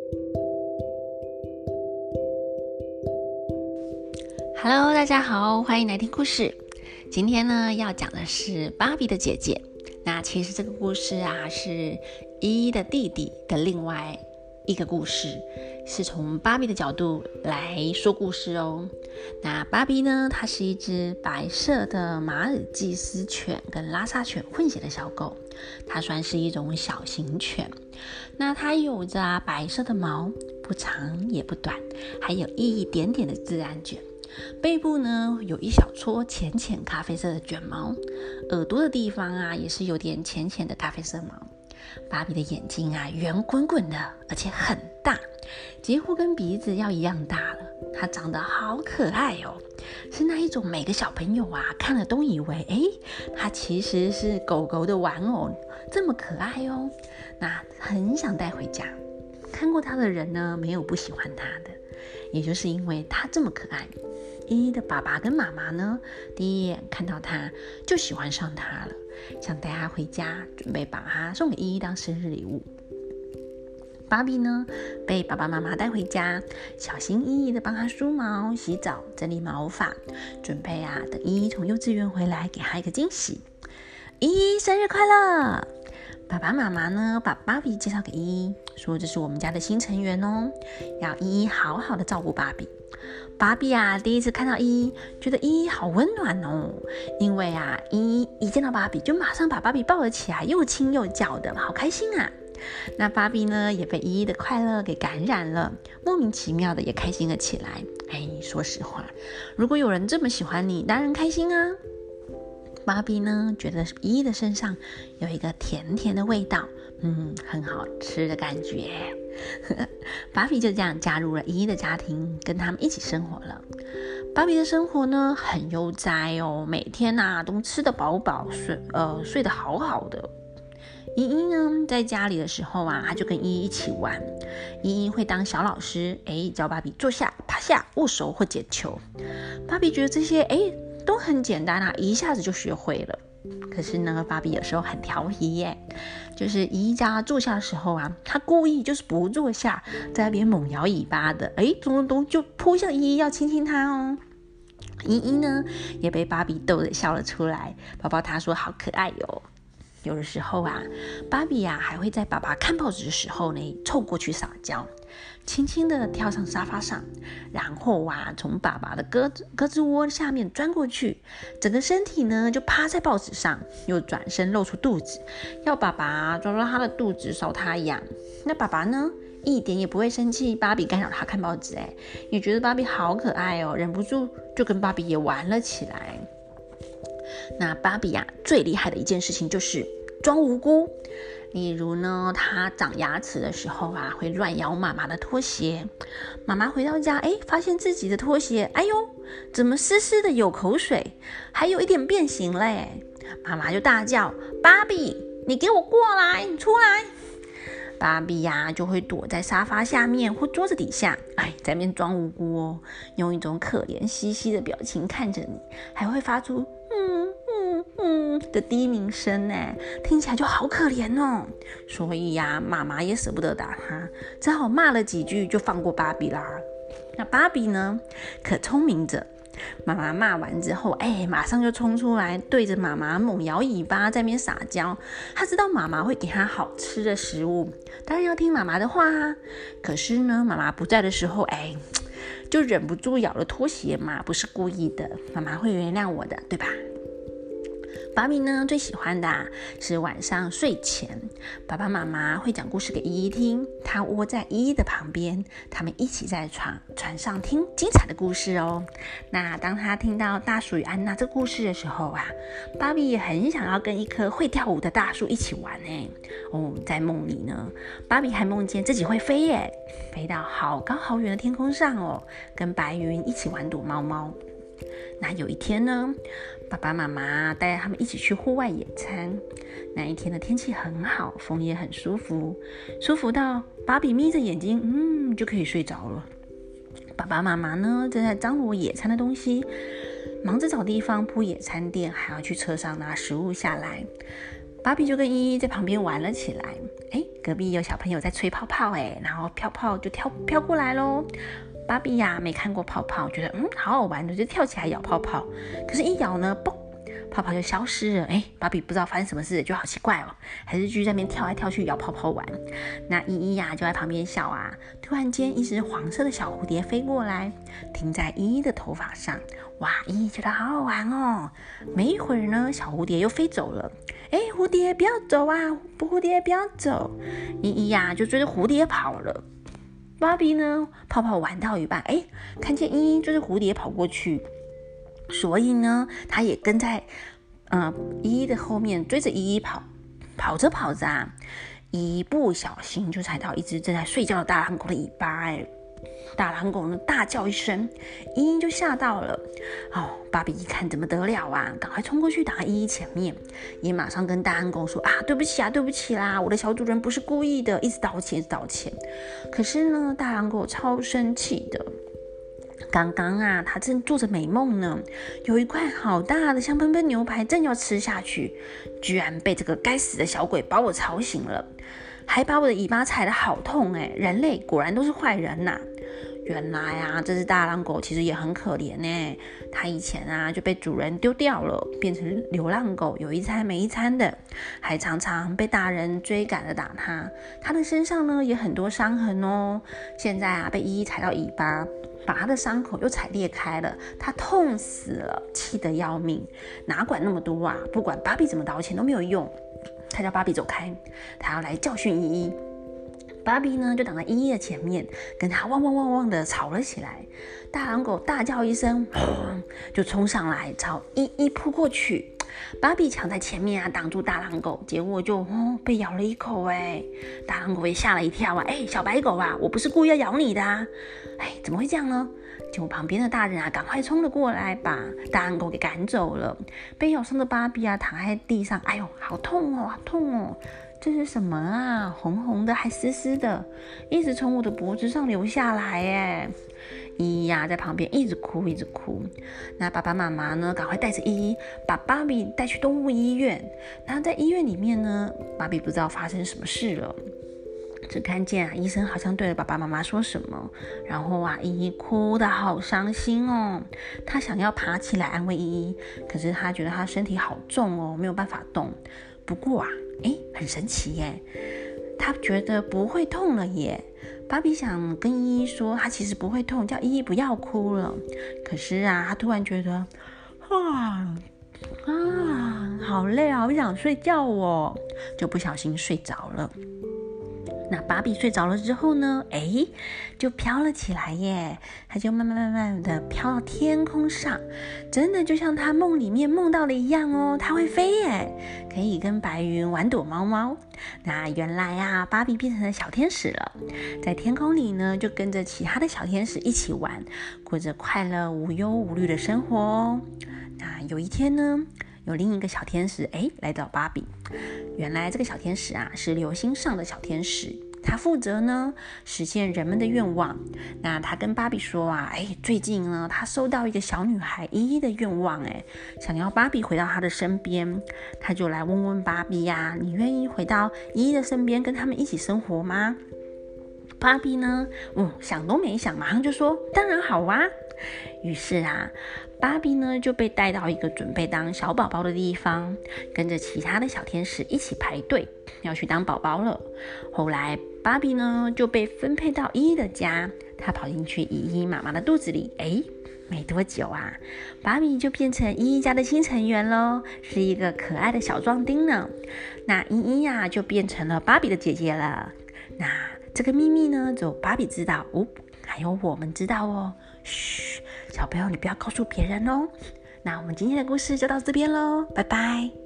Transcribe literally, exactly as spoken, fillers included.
Hello， 大家好，欢迎来听故事。今天呢，要讲的是芭比的姐姐。那其实这个故事啊，是依依的弟弟的另外一个故事，是从芭比的角度来说故事哦。那芭比呢，它是一只白色的马尔济斯犬跟拉萨犬混血的小狗，它算是一种小型犬。那它有着、啊、白色的毛，不长也不短，还有一点点的自然卷。背部呢有一小撮浅浅咖啡色的卷毛，耳朵的地方啊也是有点浅浅的咖啡色毛。芭比的眼睛啊圆滚滚的，而且很大，几乎跟鼻子要一样大了。它长得好可爱哦，是那一种每个小朋友啊看了都以为，诶，它其实是狗狗的玩偶，这么可爱哦，那很想带回家。看过它的人呢，没有不喜欢它的，也就是因为它这么可爱。依依的爸爸跟妈妈呢，第一眼看到它就喜欢上它了，想带它回家，准备把它送给依依当生日礼物。芭比呢，被爸爸妈妈带回家，小心翼翼的帮它梳毛、洗澡、整理毛发，准备啊，等依依从幼稚园回来，给她一个惊喜。依依生日快乐！爸爸妈妈呢，把芭比介绍给依依，说这是我们家的新成员哦，要依依好好的照顾芭比。芭比啊，第一次看到依依，觉得依依好温暖哦，因为啊，依依一见到芭比就马上把芭比抱了起来，又亲又叫的，好开心啊。那芭比呢，也被依依的快乐给感染了，莫名其妙的也开心了起来。哎，说实话，如果有人这么喜欢你，当然开心啊。芭比呢，觉得依依的身上有一个甜甜的味道，嗯，很好吃的感觉。芭比就这样加入了依依的家庭，跟他们一起生活了。芭比的生活呢，很悠哉哦，每天啊都吃得饱饱，睡呃睡得好好的。依依呢，在家里的时候啊，她就跟依依一起玩。依依会当小老师，哎，教芭比坐下、趴下、握手或捡球。芭比觉得这些，哎，都很简单啊，一下子就学会了。可是呢，芭比有时候很调皮耶，就是依依叫她坐下的时候啊，她故意就是不坐下，在那边猛摇尾巴的，哎，咚咚咚就扑向依依要亲亲她哦。依依呢也被芭比逗得笑了出来，抱抱她说好可爱哟。有的时候啊，芭比啊还会在爸爸看报纸的时候呢，凑过去撒娇，轻轻的跳上沙发上，然后啊，从爸爸的胳胳肢窝下面钻过去，整个身体呢就趴在报纸上，又转身露出肚子，要爸爸抓抓他的肚子，搔他痒。那爸爸呢，一点也不会生气芭比干扰他看报纸，哎，也觉得芭比好可爱哦，忍不住就跟芭比也玩了起来。那芭比啊，最厉害的一件事情就是装无辜。例如呢，她长牙齿的时候啊，会乱咬妈妈的拖鞋。妈妈回到家，哎，发现自己的拖鞋，哎呦，怎么湿湿的，有口水，还有一点变形嘞。妈妈就大叫：芭比，你给我过来，你出来！芭比呀、啊，就会躲在沙发下面或桌子底下，哎，在那边装无辜哦，用一种可怜兮兮的表情看着你，还会发出嗯嗯嗯的低鸣声呢，听起来就好可怜哦。所以呀、啊，妈妈也舍不得打她，只好骂了几句就放过芭比啦。那芭比呢，可聪明着。妈妈骂完之后，哎，马上就冲出来，对着妈妈猛摇尾巴，在那边撒娇。他知道妈妈会给他好吃的食物，当然要听妈妈的话啊。可是呢，妈妈不在的时候，哎，就忍不住咬了拖鞋嘛，不是故意的，妈妈会原谅我的，对吧？芭比呢，最喜欢的、啊、是晚上睡前，爸爸妈妈会讲故事给依依听，她窝在依依的旁边，他们一起在床船上听精彩的故事哦。那当她听到大树与安娜这故事的时候啊，芭比也很想要跟一棵会跳舞的大树一起玩呢。哦，在梦里呢，芭比还梦见自己会飞耶，飞到好高好远的天空上哦，跟白云一起玩躲猫猫。那有一天呢，爸爸妈妈带他们一起去户外野餐。那一天的天气很好，风也很舒服，舒服到芭比眯着眼睛，嗯，就可以睡着了。爸爸妈妈呢，正在张罗野餐的东西，忙着找地方铺野餐垫，还要去车上拿食物下来。 芭比就跟依依在旁边玩了起来。哎，隔壁有小朋友在吹泡泡，哎，然后泡泡就跳飘过来咯。芭比呀、啊、没看过泡泡，觉得嗯好好玩的，就跳起来咬泡泡。可是，一咬呢，嘣，泡泡就消失了。哎，芭比不知道发生什么事，就好奇怪哦，还是继续在那边跳来跳去咬泡泡玩。那依依呀、啊、就在旁边笑啊。突然间，一只黄色的小蝴蝶飞过来，停在依依的头发上。哇，依依觉得好好玩哦。没一会儿呢，小蝴蝶又飞走了。哎，蝴蝶不要走啊！蝴蝶不要走！依依呀、啊、就追着蝴蝶跑了。芭比呢，泡泡玩到一半，哎，看见依依追着蝴蝶跑过去，所以呢，他也跟在呃依依的后面追着依依跑。跑着跑着啊，一不小心就踩到一只正在睡觉的大狼狗的尾巴，哎，大狼狗呢大叫一声，依依就吓到了。哦，芭比一看怎么得了啊，赶快冲过去挡在依依前面，也马上跟大狼狗说啊，对不起啊，对不起啦，我的小主人不是故意的，一直道歉，一直道歉。可是呢，大狼狗超生气的。刚刚啊，他正做着美梦呢，有一块好大的香喷喷牛排正要吃下去，居然被这个该死的小鬼把我吵醒了，还把我的尾巴踩得好痛哎！人类果然都是坏人呐、啊！原来啊，这只大狼狗其实也很可怜呢。它以前啊就被主人丢掉了，变成流浪狗，有一餐没一餐的，还常常被大人追赶着打它。它的身上呢也很多伤痕哦。现在啊被依依踩到尾巴，把它的伤口又踩裂开了，它痛死了，气得要命。哪管那么多啊，不管芭比怎么道歉都没有用。他叫芭比走开，他要来教训依依。芭比呢就挡在依依的前面，跟他汪汪汪汪的吵了起来。大狼狗大叫一声，就冲上来朝依依扑过去。芭比抢在前面啊，挡住大狼狗，结果就、哦、被咬了一口哎。大狼狗也吓了一跳啊，哎，小白狗啊，我不是故意要咬你的啊，哎，怎么会这样呢？结果旁边的大人啊，赶快冲了过来，把大狼狗给赶走了。被咬伤的芭比啊，躺在地上，哎呦，好痛哦，好痛哦！这是什么啊？红红的，还湿湿的，一直从我的脖子上流下来耶！依依呀，在旁边一直哭，一直哭。那爸爸妈妈呢，赶快带着依依把芭比带去动物医院。然后在医院里面呢，芭比不知道发生什么事了。只看见啊，医生好像对着爸爸妈妈说什么，然后啊，依依哭得好伤心哦。她想要爬起来安慰依依，可是她觉得她身体好重哦，没有办法动。不过啊，诶，很神奇耶，她觉得不会痛了耶。芭比想跟依依说，她其实不会痛，叫依依不要哭了。可是啊，她突然觉得，啊啊，好累啊，好想睡觉哦，就不小心睡着了。那芭比睡着了之后呢，哎，就飘了起来耶，它就慢慢慢慢的飘到天空上，真的就像它梦里面梦到的一样哦，它会飞耶，可以跟白云玩躲猫猫。那原来啊，芭比变成了小天使了，在天空里呢，就跟着其他的小天使一起玩，过着快乐无忧无虑的生活哦。那有一天呢，有另一个小天使哎来找芭比，原来这个小天使啊是流星上的小天使，他负责呢实现人们的愿望。那他跟芭比说啊，哎，最近呢他收到一个小女孩依依的愿望，哎，想要芭比回到他的身边，他就来问问芭比呀、啊，你愿意回到依依的身边跟他们一起生活吗？芭比呢，嗯，想都没想，马上就说当然好啊。于是啊，芭比呢就被带到一个准备当小宝宝的地方，跟着其他的小天使一起排队要去当宝宝了。后来芭比呢就被分配到依依的家，她跑进去依依妈妈的肚子里，诶，没多久啊，芭比就变成依依家的新成员咯，是一个可爱的小壮丁呢。那依依呀就变成了芭比的姐姐了。那这个秘密呢只有芭比知道，哦，还有我们知道哦。嘘，小朋友你不要告诉别人哦。那我们今天的故事就到这边咯，拜拜。